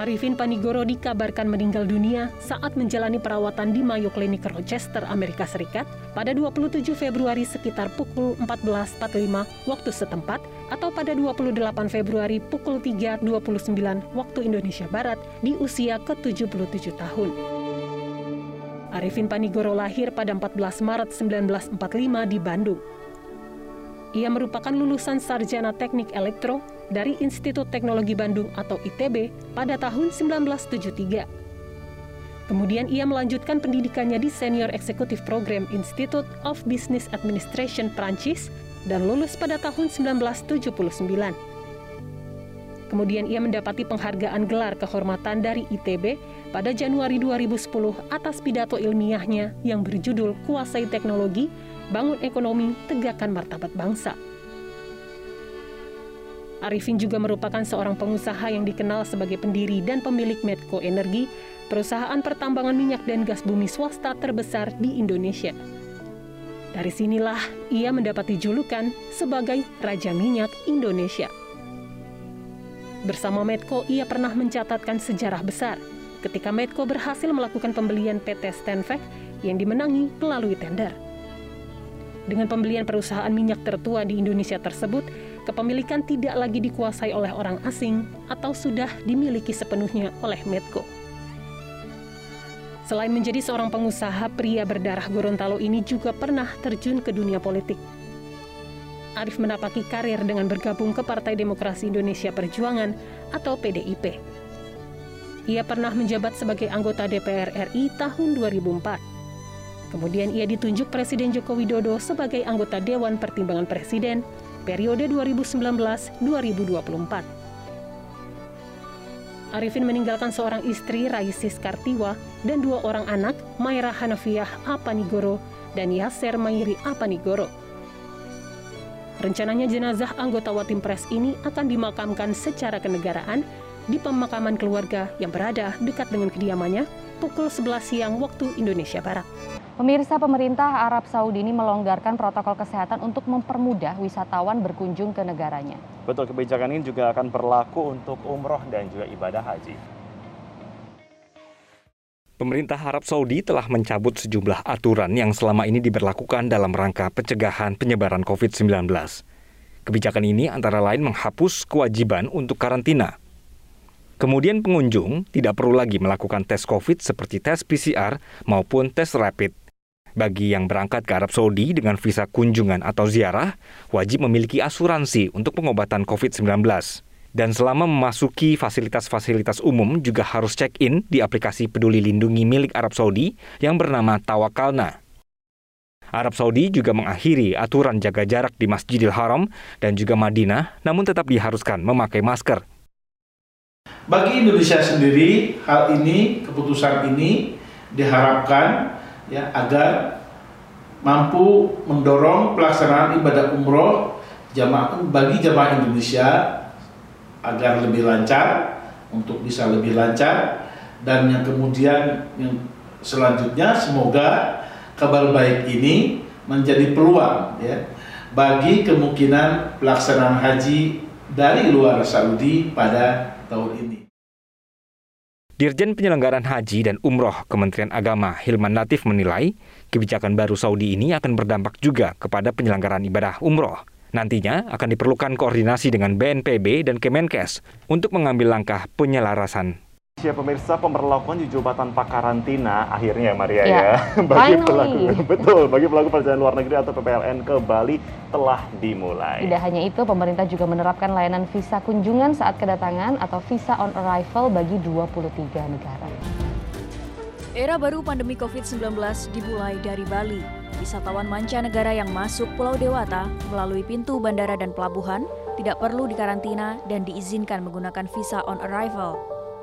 Arifin Panigoro dikabarkan meninggal dunia saat menjalani perawatan di Mayo Clinic Rochester, Amerika Serikat pada 27 Februari sekitar pukul 14.45 waktu setempat atau pada 28 Februari pukul 3.29 waktu Indonesia Barat di usia ke-77 tahun. Arifin Panigoro lahir pada 14 Maret 1945 di Bandung. Ia merupakan lulusan Sarjana Teknik Elektro dari Institut Teknologi Bandung atau ITB pada tahun 1973. Kemudian ia melanjutkan pendidikannya di Senior Executive Program Institute of Business Administration Prancis dan lulus pada tahun 1979. Kemudian ia mendapati penghargaan gelar kehormatan dari ITB pada Januari 2010 atas pidato ilmiahnya yang berjudul Kuasai Teknologi, Bangun Ekonomi, Tegakkan Martabat Bangsa. Arifin juga merupakan seorang pengusaha yang dikenal sebagai pendiri dan pemilik Medco Energi, perusahaan pertambangan minyak dan gas bumi swasta terbesar di Indonesia. Dari sinilah ia mendapati julukan sebagai Raja Minyak Indonesia. Bersama Medco, ia pernah mencatatkan sejarah besar ketika Medco berhasil melakukan pembelian PT Stenvac yang dimenangi melalui tender. Dengan pembelian perusahaan minyak tertua di Indonesia tersebut, kepemilikan tidak lagi dikuasai oleh orang asing atau sudah dimiliki sepenuhnya oleh Medco. Selain menjadi seorang pengusaha, pria berdarah Gorontalo ini juga pernah terjun ke dunia politik. Arif menapaki karir dengan bergabung ke Partai Demokrasi Indonesia Perjuangan atau PDIP. Ia pernah menjabat sebagai anggota DPR RI tahun 2004. Kemudian ia ditunjuk Presiden Joko Widodo sebagai anggota Dewan Pertimbangan Presiden periode 2019-2024. Arifin meninggalkan seorang istri, Raisis Kartiwa, dan 2 orang anak, Maira Hanafiah Apanigoro dan Yaser Mairi Apanigoro. Rencananya jenazah anggota Watimpres ini akan dimakamkan secara kenegaraan di pemakaman keluarga yang berada dekat dengan kediamannya pukul 11 siang waktu Indonesia Barat. Pemirsa, pemerintah Arab Saudi ini melonggarkan protokol kesehatan untuk mempermudah wisatawan berkunjung ke negaranya. Betul, kebijakan ini juga akan berlaku untuk umroh dan juga ibadah haji. Pemerintah Arab Saudi telah mencabut sejumlah aturan yang selama ini diberlakukan dalam rangka pencegahan penyebaran COVID-19. Kebijakan ini antara lain menghapus kewajiban untuk karantina. Kemudian pengunjung tidak perlu lagi melakukan tes COVID seperti tes PCR maupun tes rapid. Bagi yang berangkat ke Arab Saudi dengan visa kunjungan atau ziarah, wajib memiliki asuransi untuk pengobatan COVID-19. Dan selama memasuki fasilitas-fasilitas umum juga harus check-in di aplikasi Peduli Lindungi milik Arab Saudi yang bernama Tawakalna. Arab Saudi juga mengakhiri aturan jaga jarak di Masjidil Haram dan juga Madinah, namun tetap diharuskan memakai masker. Bagi Indonesia sendiri, hal ini, keputusan ini diharapkan agar mampu mendorong pelaksanaan ibadah umroh bagi jamaah Indonesia agar lebih lancar, untuk bisa lebih lancar, dan yang kemudian yang selanjutnya semoga kabar baik ini menjadi peluang bagi kemungkinan pelaksanaan haji dari luar Saudi pada tahun ini. Dirjen Penyelenggaraan Haji dan Umroh Kementerian Agama Hilman Latif menilai kebijakan baru Saudi ini akan berdampak juga kepada penyelenggaraan ibadah umroh. Nantinya akan diperlukan koordinasi dengan BNPB dan Kemenkes untuk mengambil langkah penyelarasan. Ya pemirsa, pemberlakuan uji coba tanpa karantina akhirnya Maria bagi pelaku perjalanan luar negeri atau PPLN ke Bali telah dimulai. Tidak hanya itu, pemerintah juga menerapkan layanan visa kunjungan saat kedatangan atau visa on arrival bagi 23 negara. Era baru pandemi COVID-19 dimulai dari Bali. Wisatawan mancanegara yang masuk Pulau Dewata melalui pintu bandara dan pelabuhan tidak perlu dikarantina dan diizinkan menggunakan visa on arrival.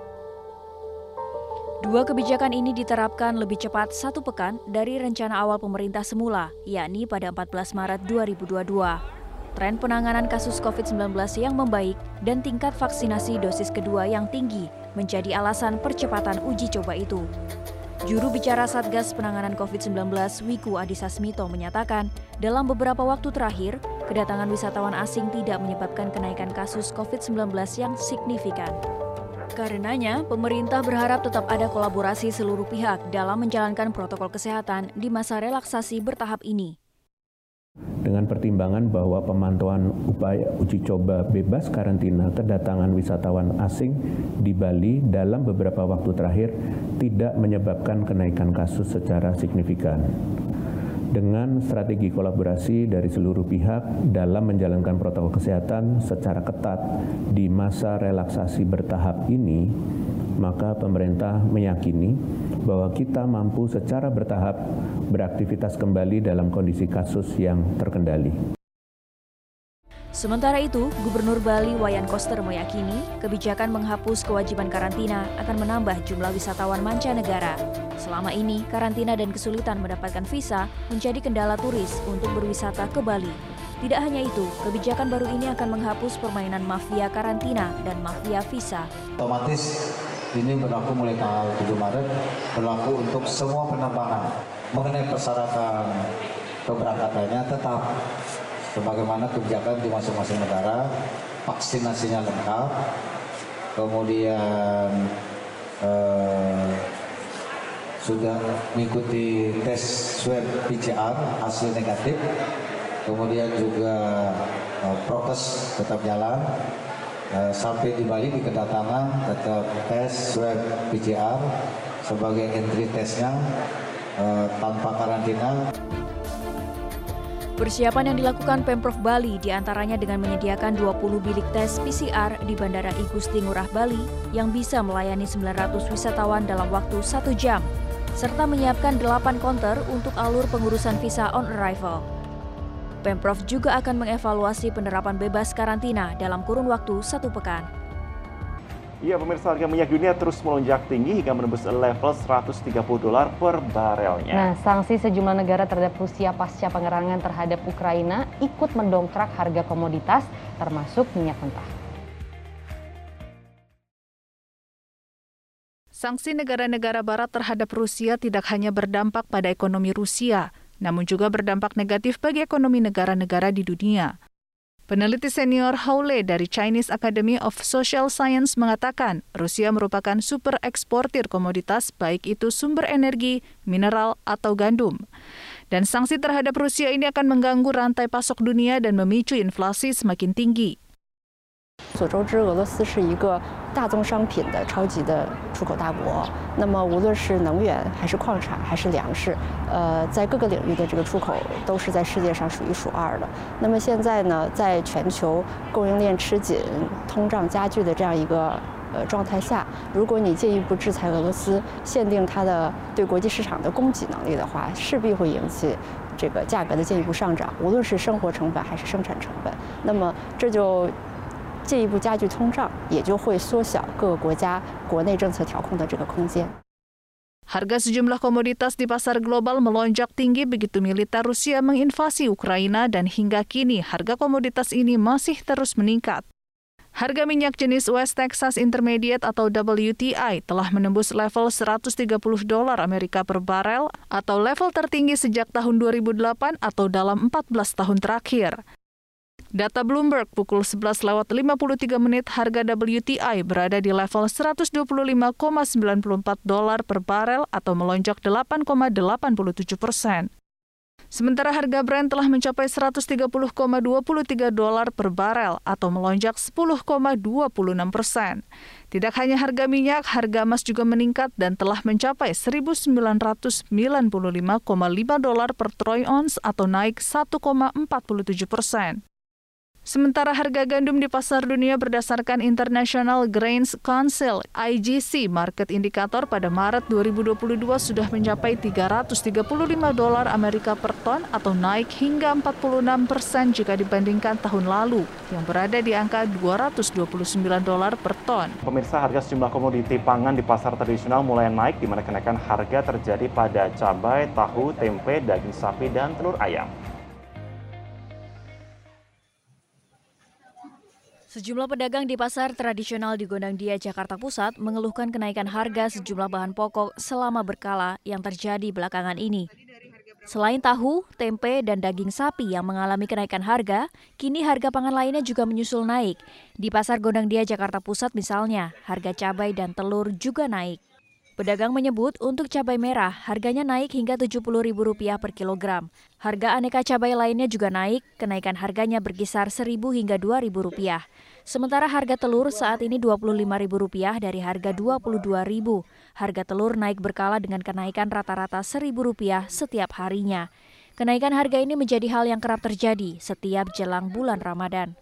2 kebijakan ini diterapkan lebih cepat 1 pekan dari rencana awal pemerintah semula, yakni pada 14 Maret 2022. Tren penanganan kasus COVID-19 yang membaik dan tingkat vaksinasi dosis kedua yang tinggi menjadi alasan percepatan uji coba itu. Juru bicara Satgas Penanganan COVID-19 Wiku Adhisa Smito menyatakan, dalam beberapa waktu terakhir, kedatangan wisatawan asing tidak menyebabkan kenaikan kasus COVID-19 yang signifikan. Karenanya, pemerintah berharap tetap ada kolaborasi seluruh pihak dalam menjalankan protokol kesehatan di masa relaksasi bertahap ini. Dengan pertimbangan bahwa pemantauan upaya uji coba bebas karantina kedatangan wisatawan asing di Bali dalam beberapa waktu terakhir tidak menyebabkan kenaikan kasus secara signifikan. Dengan strategi kolaborasi dari seluruh pihak dalam menjalankan protokol kesehatan secara ketat di masa relaksasi bertahap ini, maka pemerintah meyakini bahwa kita mampu secara bertahap beraktivitas kembali dalam kondisi kasus yang terkendali. Sementara itu, Gubernur Bali Wayan Koster meyakini kebijakan menghapus kewajiban karantina akan menambah jumlah wisatawan mancanegara. Selama ini, karantina dan kesulitan mendapatkan visa menjadi kendala turis untuk berwisata ke Bali. Tidak hanya itu, kebijakan baru ini akan menghapus permainan mafia karantina dan mafia visa. Otomatis ini berlaku mulai tanggal 7 Maret, berlaku untuk semua penerbangan. Mengenai persyaratan keberangkatannya tetap sebagaimana kebijakan di masing-masing negara, vaksinasinya lengkap, kemudian sudah mengikuti tes swab PCR hasil negatif, kemudian juga prokes tetap jalan, sampai di Bali di kedatangan tetap tes swab PCR sebagai entry testnya tanpa karantina. Persiapan yang dilakukan Pemprov Bali diantaranya dengan menyediakan 20 bilik tes PCR di Bandara I Gusti Ngurah Bali yang bisa melayani 900 wisatawan dalam waktu 1 jam, serta menyiapkan 8 konter untuk alur pengurusan visa on arrival. Pemprov juga akan mengevaluasi penerapan bebas karantina dalam kurun waktu 1 pekan. Ya, pemirsa, harga minyak dunia terus melonjak tinggi hingga menembus level $130 per barelnya. Nah, sanksi sejumlah negara terhadap Rusia pasca pengerangan terhadap Ukraina ikut mendongkrak harga komoditas, termasuk minyak mentah. Sanksi negara-negara barat terhadap Rusia tidak hanya berdampak pada ekonomi Rusia, namun juga berdampak negatif bagi ekonomi negara-negara di dunia. Peneliti senior Haule dari Chinese Academy of Social Science mengatakan Rusia merupakan super eksportir komoditas baik itu sumber energi, mineral, atau gandum. Dan sanksi terhadap Rusia ini akan mengganggu rantai pasok dunia dan memicu inflasi semakin tinggi. 所周知，俄罗斯是一个大宗商品的超级的出口大国。那么，无论是能源还是矿产还是粮食，在各个领域的这个出口都是在世界上数一数二的。那么现在呢，在全球供应链吃紧、通胀加剧的这样一个状态下，如果你进一步制裁俄罗斯，限定它的对国际市场的供给能力的话，势必会引起这个价格的进一步上涨，无论是生活成本还是生产成本。那么这就 进一步加剧通胀，也就会缩小各个国家国内政策调控的这个空间。 Harga sejumlah komoditas di pasar global melonjak tinggi begitu militer Rusia menginvasi Ukraina dan hingga kini harga komoditas ini masih terus meningkat. Harga minyak jenis West Texas Intermediate atau WTI telah menembus level $130 Amerika per barel atau level tertinggi sejak tahun 2008 atau dalam 14 tahun terakhir. Data Bloomberg pukul 11:53 harga WTI berada di level $125,94 per barel atau melonjak 8,87%. Sementara harga Brent telah mencapai $130,23 per barel atau melonjak 10,26%. Tidak hanya harga minyak, harga emas juga meningkat dan telah mencapai $1.995,5 per troy ounce atau naik 1,47%. Sementara harga gandum di pasar dunia berdasarkan International Grains Council (IGC) market indikator pada Maret 2022 sudah mencapai $335 Amerika per ton atau naik hingga 46% jika dibandingkan tahun lalu yang berada di angka $229 per ton. Pemirsa, harga sejumlah komoditi pangan di pasar tradisional mulai naik di mana kenaikan harga terjadi pada cabai, tahu, tempe, daging sapi, dan telur ayam. Sejumlah pedagang di pasar tradisional di Gondangdia, Jakarta Pusat mengeluhkan kenaikan harga sejumlah bahan pokok selama berkala yang terjadi belakangan ini. Selain tahu, tempe, dan daging sapi yang mengalami kenaikan harga, kini harga pangan lainnya juga menyusul naik. Di pasar Gondangdia, Jakarta Pusat misalnya, harga cabai dan telur juga naik. Pedagang menyebut untuk cabai merah harganya naik hingga Rp70.000 per kilogram. Harga aneka cabai lainnya juga naik, kenaikan harganya berkisar Rp1.000 hingga Rp2.000. Sementara harga telur saat ini Rp25.000 dari harga Rp22.000. Harga telur naik berkala dengan kenaikan rata-rata Rp1.000 setiap harinya. Kenaikan harga ini menjadi hal yang kerap terjadi setiap jelang bulan Ramadan.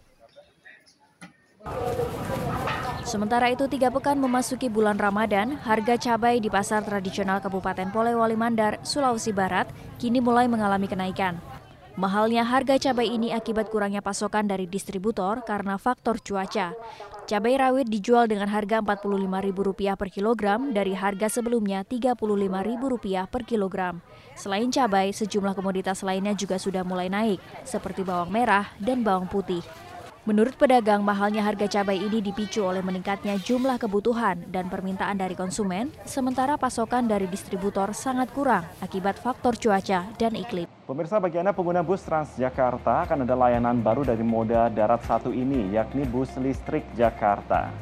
Sementara itu, 3 pekan memasuki bulan Ramadan, harga cabai di pasar tradisional Kabupaten Polewali Mandar, Sulawesi Barat, kini mulai mengalami kenaikan. Mahalnya harga cabai ini akibat kurangnya pasokan dari distributor karena faktor cuaca. Cabai rawit dijual dengan harga Rp45.000 per kilogram dari harga sebelumnya Rp35.000 per kilogram. Selain cabai, sejumlah komoditas lainnya juga sudah mulai naik, seperti bawang merah dan bawang putih. Menurut pedagang, mahalnya harga cabai ini dipicu oleh meningkatnya jumlah kebutuhan dan permintaan dari konsumen, sementara pasokan dari distributor sangat kurang akibat faktor cuaca dan iklim. Pemirsa, bagi Anda pengguna bus Transjakarta akan ada layanan baru dari moda darat 1 ini, yakni bus listrik Jakarta.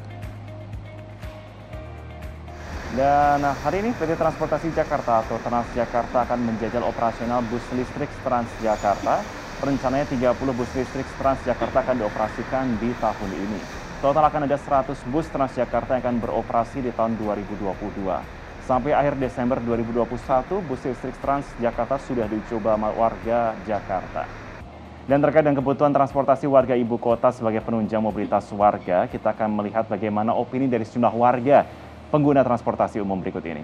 Dan hari ini PT Transportasi Jakarta atau Transjakarta akan menjajal operasional bus listrik Transjakarta. Rencananya 30 bus listrik Transjakarta akan dioperasikan di tahun ini. Total akan ada 100 bus Transjakarta yang akan beroperasi di tahun 2022. Sampai akhir Desember 2021, bus listrik Transjakarta sudah dicoba warga Jakarta. Dan terkait dengan kebutuhan transportasi warga ibu kota sebagai penunjang mobilitas warga, kita akan melihat bagaimana opini dari sejumlah warga pengguna transportasi umum berikut ini.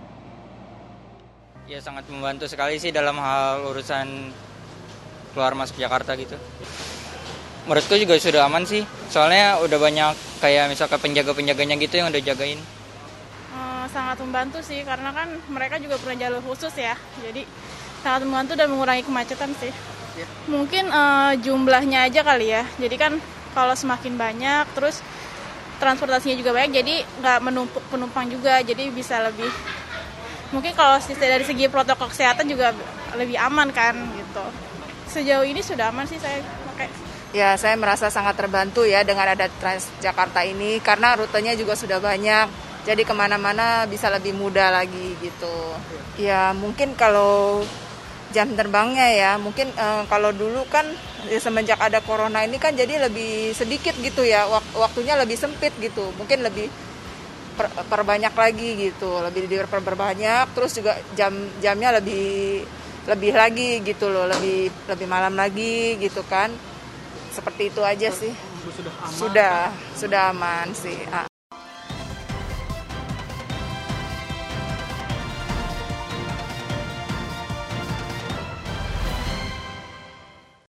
Ya, sangat membantu sekali sih dalam hal urusan keluar masuk Jakarta gitu. Menurutku juga sudah aman sih, soalnya udah banyak kayak misalkan penjaga-penjaganya gitu yang udah jagain. Sangat membantu sih, karena kan mereka juga punya jalur khusus ya, jadi sangat membantu dan mengurangi kemacetan sih. Mungkin jumlahnya aja kali ya, jadi kan kalau semakin banyak, terus transportasinya juga banyak, jadi nggak menumpuk penumpang juga, jadi bisa lebih, mungkin kalau dari segi protokol kesehatan juga lebih aman kan gitu. Sejauh ini sudah aman sih saya pakai. Ya, saya merasa sangat terbantu ya dengan ada Transjakarta ini karena rutenya juga sudah banyak. Jadi kemana-mana bisa lebih mudah lagi gitu. Ya mungkin kalau jam terbangnya ya, mungkin kalau dulu kan ya, semenjak ada corona ini kan jadi lebih sedikit gitu ya, waktunya lebih sempit gitu. Mungkin lebih perbanyak lagi gitu, lebih diperbanyak, terus juga jamnya lebih lagi gitu loh, lebih malam lagi gitu kan. Seperti itu aja sih. Sudah aman sih.